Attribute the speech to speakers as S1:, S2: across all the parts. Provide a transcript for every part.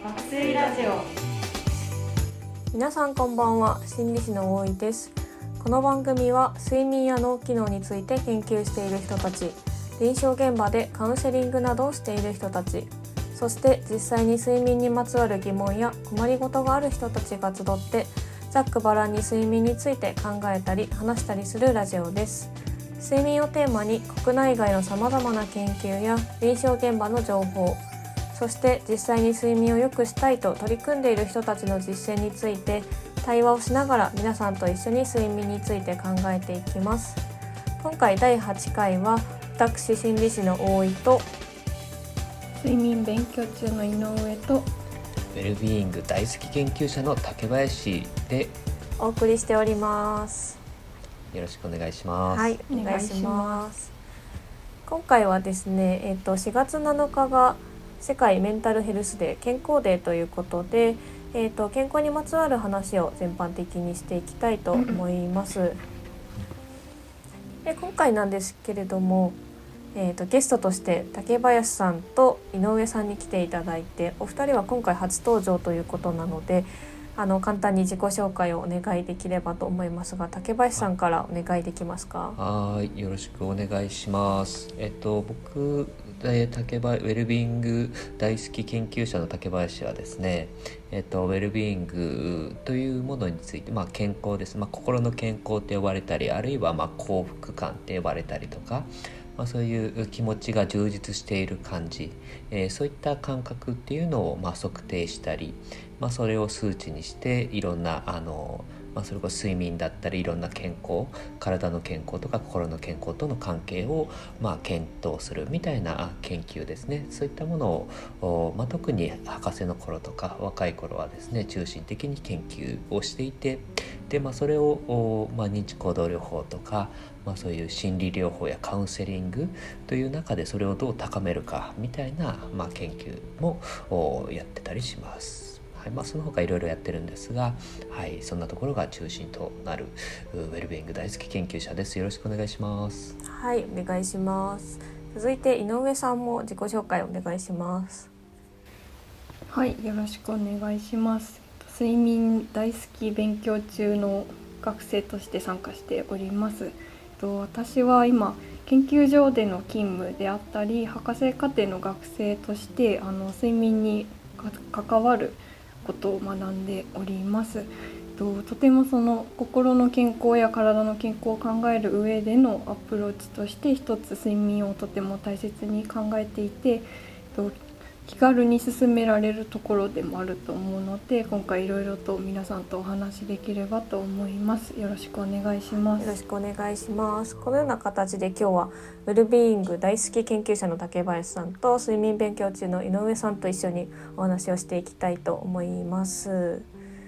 S1: 爆睡ラジオ。
S2: 皆さんこんばんは、心理師の大井です。この番組は睡眠や脳機能について研究している人たち、臨床現場でカウンセリングなどをしている人たち、そして実際に睡眠にまつわる疑問や困りごとがある人たちが集ってざっくばらんに睡眠について考えたり話したりするラジオです。睡眠をテーマに国内外のさまざまな研究や臨床現場の情報、そして実際に睡眠を良くしたいと取り組んでいる人たちの実践について対話をしながら皆さんと一緒に睡眠について考えていきます。今回第8回は私心理師の大井と
S3: 睡眠勉強中の井上と
S4: ウェルビーイング大好き研究者の竹林で
S2: お送りしております。
S4: よろしくお願いします。
S2: はい、お願いします。今回はですね、4月7日が世界メンタルヘルスデー、健康デーということで、健康にまつわる話を全般的にしていきたいと思います。で今回なんですけれども、ゲストとして竹林さんと井上さんに来ていただいて、お二人は今回初登場ということなので簡単に自己紹介をお願いできればと思いますが、竹林さんからお願いできますか？
S4: はい、よろしくお願いします。僕ウェルビーイング大好き研究者の竹林はですね、ウェルビーイングというものについて、健康です、心の健康って呼ばれたり、あるいは幸福感って呼ばれたりとか、そういう気持ちが充実している感じ、そういった感覚っていうのを測定したり、それを数値にしていろんなそれこそ睡眠だったりいろんな健康、体の健康とか心の健康との関係を検討するみたいな研究ですね。そういったものを、特に博士の頃とか若い頃はですね中心的に研究をしていて、で、それを、認知行動療法とか、そういう心理療法やカウンセリングという中でそれをどう高めるかみたいな、研究もやってたりします。その他いろいろやってるんですが、そんなところが中心となるウェルビーイング大好き研究者です。よろしくお願いします。
S2: はい、お願いします。続いて井上さんも自己紹介お願いします。
S3: はい、よろしくお願いします。睡眠大好き勉強中の学生として参加しております。私は今研究所での勤務であったり博士課程の学生として睡眠に関わることを学んでおります。とてもその心の健康や体の健康を考える上でのアプローチとして一つ睡眠をとても大切に考えていて、気軽に進められるところでもあると思うので、今回いろいろと皆さんとお話しできればと思います。よろしくお願いします。
S2: よろしくお願いします。このような形で今日はウェルビーイング大好き研究者の竹林さんと睡眠勉強中の井上さんと一緒にお話をしていきたいと思います。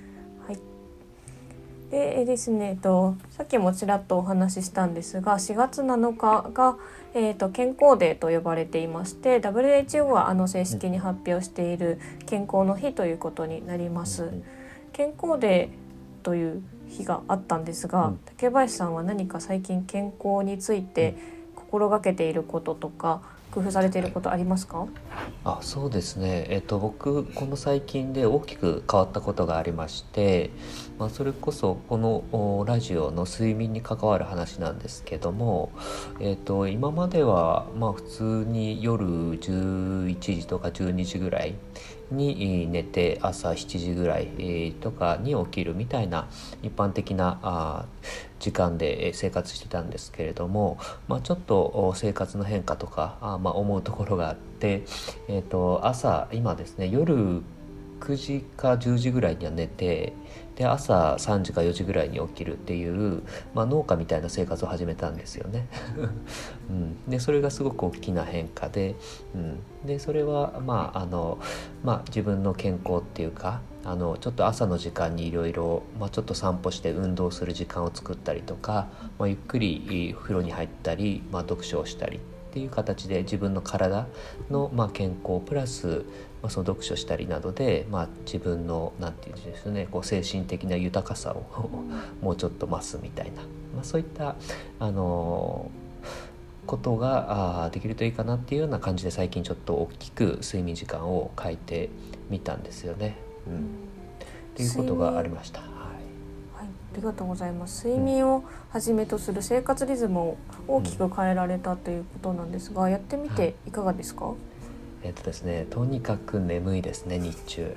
S2: でですね、さっきもちらっとお話ししたんですが、4月7日が、健康デーと呼ばれていまして、 WHO は正式に発表している健康の日ということになります。健康デーという日があったんですが、竹林さんは何か最近健康について心がけていることとか工夫されていることありますか？
S4: そうですね、僕この最近で大きく変わったことがありまして、それこそこのラジオの睡眠に関わる話なんですけども、今までは普通に夜11時とか12時ぐらいに寝て朝7時ぐらいとかに起きるみたいな一般的な時間で生活してたんですけれども、ちょっと生活の変化とか思うところがあって、朝今ですね夜9時か10時ぐらいには寝て、で朝3時か4時ぐらいに起きるっていう、農家みたいな生活を始めたんですよね、でそれがすごく大きな変化で、でそれは自分の健康っていうかちょっと朝の時間にいろいろちょっと散歩して運動する時間を作ったりとか、ゆっくり風呂に入ったり、読書をしたりっていう形で自分の体の健康プラスその読書したりなどで、自分のなんていうんですね、精神的な豊かさをもうちょっと増すみたいな、そういったことができるといいかなっていうような感じで最近ちょっと大きく睡眠時間を変えてみたんですよね。っていうことがありました。はい、
S2: ありがとうございます。睡眠をはじめとする生活リズムを大きく変えられたということなんですが、やってみていかがですか？
S4: ですね、とにかく眠いですね、日中。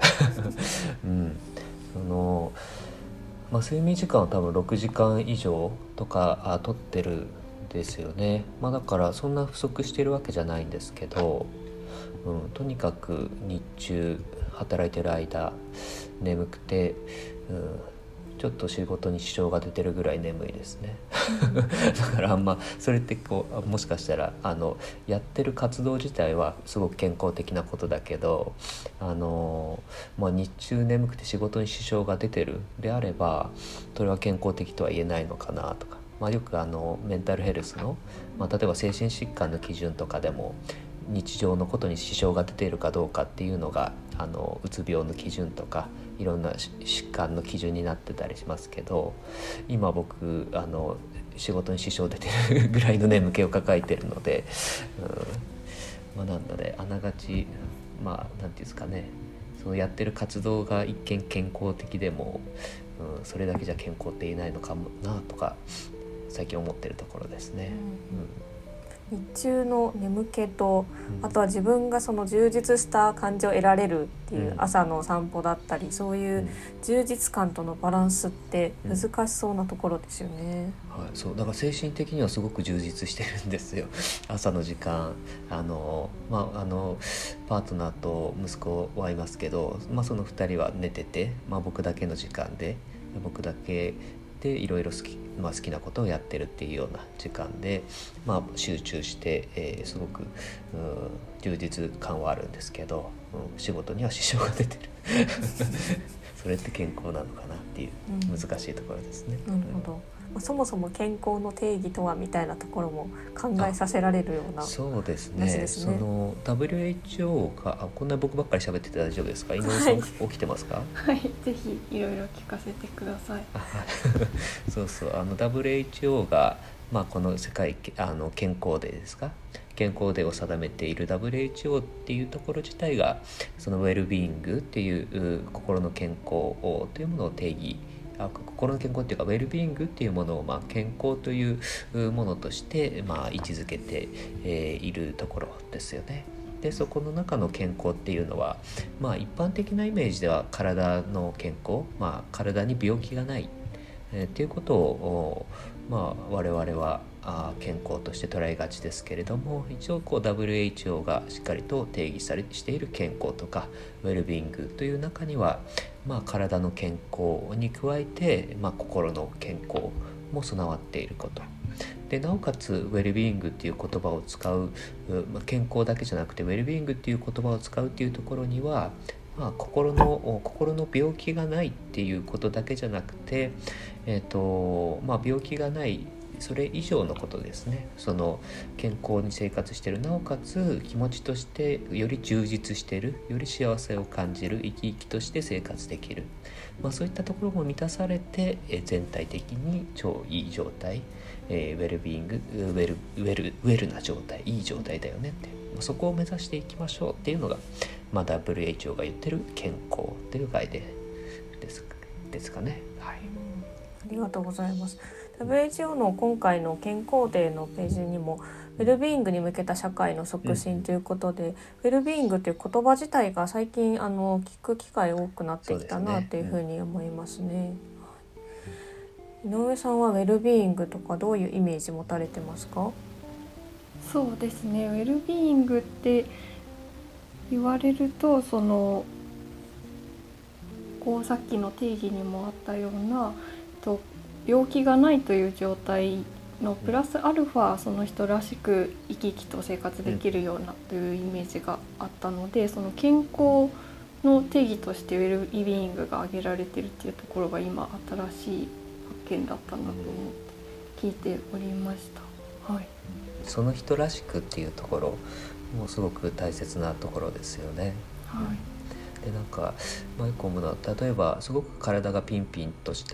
S4: 睡眠時間は多分6時間以上とか取ってるんですよね。だからそんな不足してるわけじゃないんですけど、とにかく日中働いてる間眠くて、ちょっと仕事に支障が出てるぐらい眠いですね。だからそれってもしかしたらやってる活動自体はすごく健康的なことだけど、日中眠くて仕事に支障が出てるであればそれは健康的とは言えないのかなとか、よくメンタルヘルスの、例えば精神疾患の基準とかでも日常のことに支障が出ているかどうかっていうのがうつ病の基準とかいろんな疾患の基準になってたりしますけど、今僕仕事に支障出てるぐらいの眠気を抱えてるので、なのであながちなんていうんですかね、そのやってる活動が一見健康的でも、それだけじゃ健康って言えないのかもなとか最近思ってるところですね。
S2: 日中の眠気と、あとは自分がその充実した感じを得られるっていう朝の散歩だったり、そういう充実感とのバランスって難しそうなところですよね。
S4: そうだから精神的にはすごく充実してるんですよ。朝の時間パートナーと息子はいますけど、その2人は寝てて、僕だけの時間で僕だけでいろいろ好きなことをやってるっていうような時間で、集中して、すごく充実感はあるんですけど、仕事には支障が出てるそれって健康なのかなっていう難しいところですね。
S2: なるほど。そもそも健康の定義とはみたいなところも考えさせられるような話ですね。
S4: そうですね。その WHO がこんな僕ばっかり喋ってて大丈夫ですか？井上さん、起きてますか？
S3: はい、ぜひいろいろ聞かせてください。
S4: そうWHO が、この世界健康デーですか、健康デーを定めている WHO っていうところ自体がそのウェルビーイングっていう心の健康というものを定義、心の健康っていうかウェルビーイングっていうものを健康というものとして位置づけているところですよね。でそこの中の健康っていうのは、一般的なイメージでは体の健康、体に病気がないっていうことを、我々は健康として捉えがちですけれども、一応WHO がしっかりと定義している健康とかウェルビーイングという中には、体の健康に加えて、心の健康も備わっていることで、なおかつウェルビーイングっていう言葉を使う、健康だけじゃなくてウェルビーイングっていう言葉を使うっていうところには、心の病気がないっていうことだけじゃなくて、病気がないそれ以上のことですね。その健康に生活している、なおかつ気持ちとしてより充実している、より幸せを感じる、生き生きとして生活できる、そういったところも満たされて、全体的に超いい状態、ウェルビーイングウェルな状態、いい状態だよねって、そこを目指していきましょうっていうのが、WHO が言ってる健康という概念ですかね。はい、
S2: ありがとうございます。WHO の今回の健康デーのページにもウェルビーイングに向けた社会の促進ということで、ウェルビーイングという言葉自体が最近聞く機会多くなってきたなというふうに思いますね。井上さんはウェルビーイングとかどういうイメージ持たれてますか？
S3: そうですね、ウェルビーイングって言われると、さっきの定義にもあったような病気がないという状態のプラスアルファ、その人らしく生き生きと生活できるようなというイメージがあったので、その健康の定義としてウェルビーイングが挙げられているっていうところが今新しい発見だったなと思って聞いておりました。はい、
S4: その人らしくっていうところもすごく大切なところですよね。
S3: はい、
S4: でなんかよく思うのは、例えばすごく体がピンピンとして、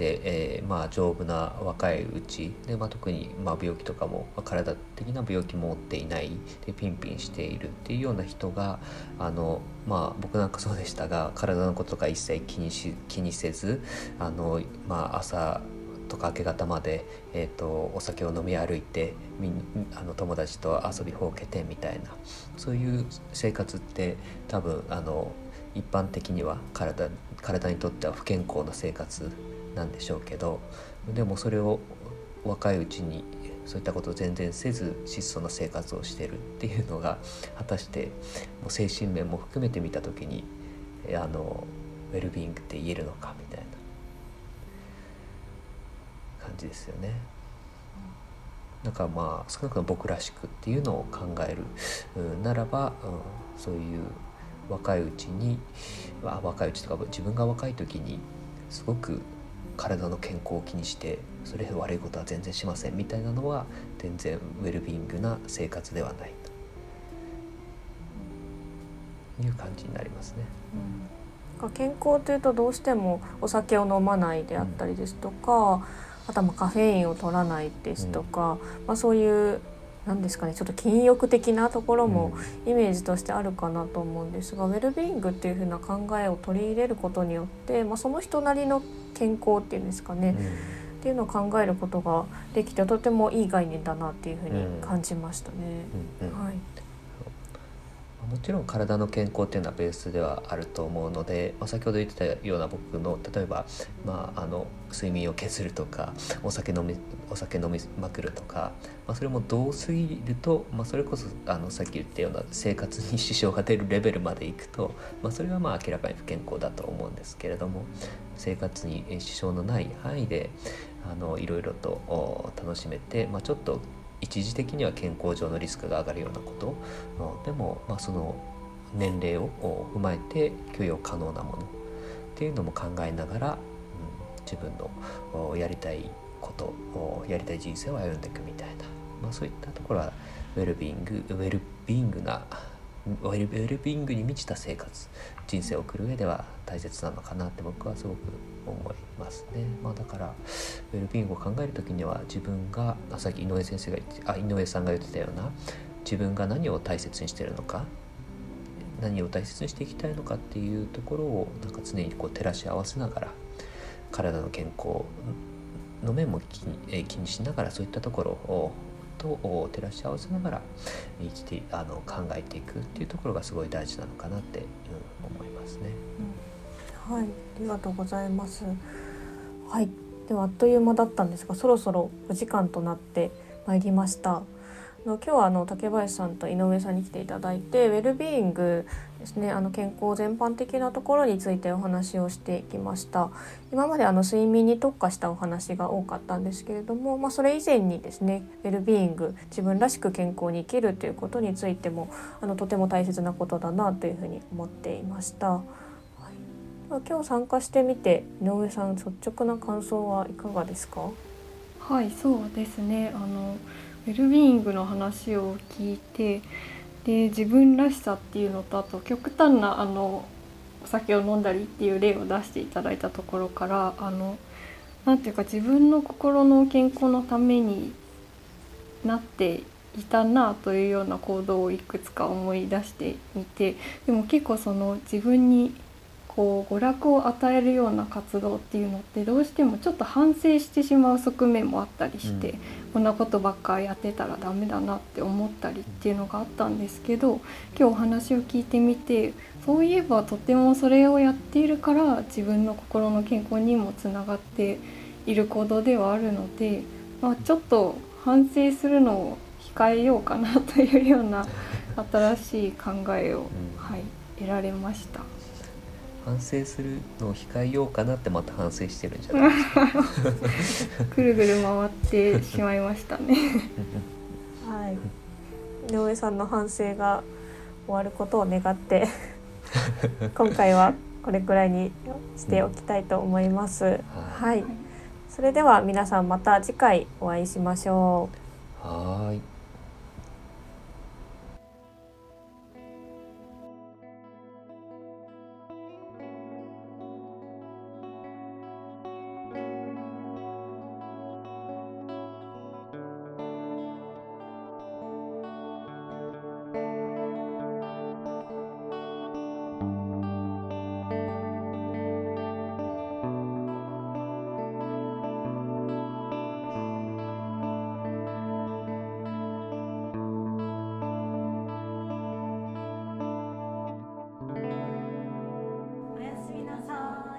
S4: 丈夫な若いうちで、特に病気とかも、体的な病気も持っていないでピンピンしているっていうような人が僕なんかそうでしたが、体のこととか一切気にせず朝とか明け方まで、お酒を飲み歩いて友達と遊びほうけてみたいな、そういう生活って多分一般的には体にとっては不健康な生活なんでしょうけど、でもそれを若いうちにそういったことを全然せず質素な生活をしてるっていうのが、果たしてもう精神面も含めて見た時にウェルビーイングって言えるのかみたいな感じですよね。だから少なくとも僕らしくっていうのを考えるならば、そういう若いうちとか自分が若い時にすごく体の健康を気にしてそれ悪いことは全然しませんみたいなのは全然ウェルビーイングな生活ではないという感じになりますね。
S2: 健康というとどうしてもお酒を飲まないであったりですとか、あとはカフェインを取らないですとか、そういうなんですかね、ちょっと禁欲的なところもイメージとしてあるかなと思うんですが、ウェルビーイングっていう風な考えを取り入れることによって、その人なりの健康っていうんですかね、っていうのを考えることができて、とてもいい概念だなっていう風に感じましたね。はい。
S4: もちろん体の健康っていうのはベースではあると思うので、先ほど言ってたような僕の例えば、睡眠を削るとかお酒飲みまくるとか、それもどう過ぎると、それこそさっき言ったような生活に支障が出るレベルまでいくと、それは明らかに不健康だと思うんですけれども、生活に支障のない範囲でいろいろと楽しめて、ちょっと一時的には健康上のリスクが上がるようなこと、でも、その年齢を踏まえて許容可能なものっていうのも考えながら、自分のやりたいことやりたい人生を歩んでいくみたいな、そういったところはウェルビーイングに満ちた生活人生を送る上では大切なのかなって僕はすごく思いますね。だからウェルビーイングを考えるときには、自分がさっき井上さんが言ってたような、自分が何を大切にしているのか、何を大切にしていきたいのかっていうところを常に照らし合わせながら、体の健康の面も気にしながら、そういったところを照らし合わせながら考えていくっていうところがすごい大事なのかなって、思いますね。
S2: はい、ありがとうございます。はい、ではあっという間だったんですが、そろそろお時間となってまいりました。今日は竹林さんと井上さんに来ていただいて、ウェルビーイングですね、健康全般的なところについてお話をしてきました。今まで睡眠に特化したお話が多かったんですけれども、それ以前にですね、ウェルビーイング、自分らしく健康に生きるということについてもとても大切なことだなというふうに思っていました。今日参加してみて、井上さん、率直な感想はいかがですか？
S3: はい、そうですね。ウェルビーイングの話を聞いて、で自分らしさっていうのと、あと極端なお酒を飲んだりっていう例を出していただいたところから、なんていうか、自分の心の健康のためになっていたなというような行動をいくつか思い出してみて、でも結構その自分に娯楽を与えるような活動っていうのってどうしてもちょっと反省してしまう側面もあったりして、こんなことばっかやってたらダメだなって思ったりっていうのがあったんですけど、今日お話を聞いてみて、そういえばとてもそれをやっているから自分の心の健康にもつながっている行動ではあるので、ちょっと反省するのを控えようかなというような新しい考えを、得られました。
S4: 反省するのを控えようかなってまた反省してるんじゃないですか。
S3: ぐるぐる回ってしまいましたね。
S2: はい、井上さんの反省が終わることを願って今回はこれくらいにしておきたいと思います。はい、それでは皆さん、また次回お会いしましょう。
S4: はい。
S2: した。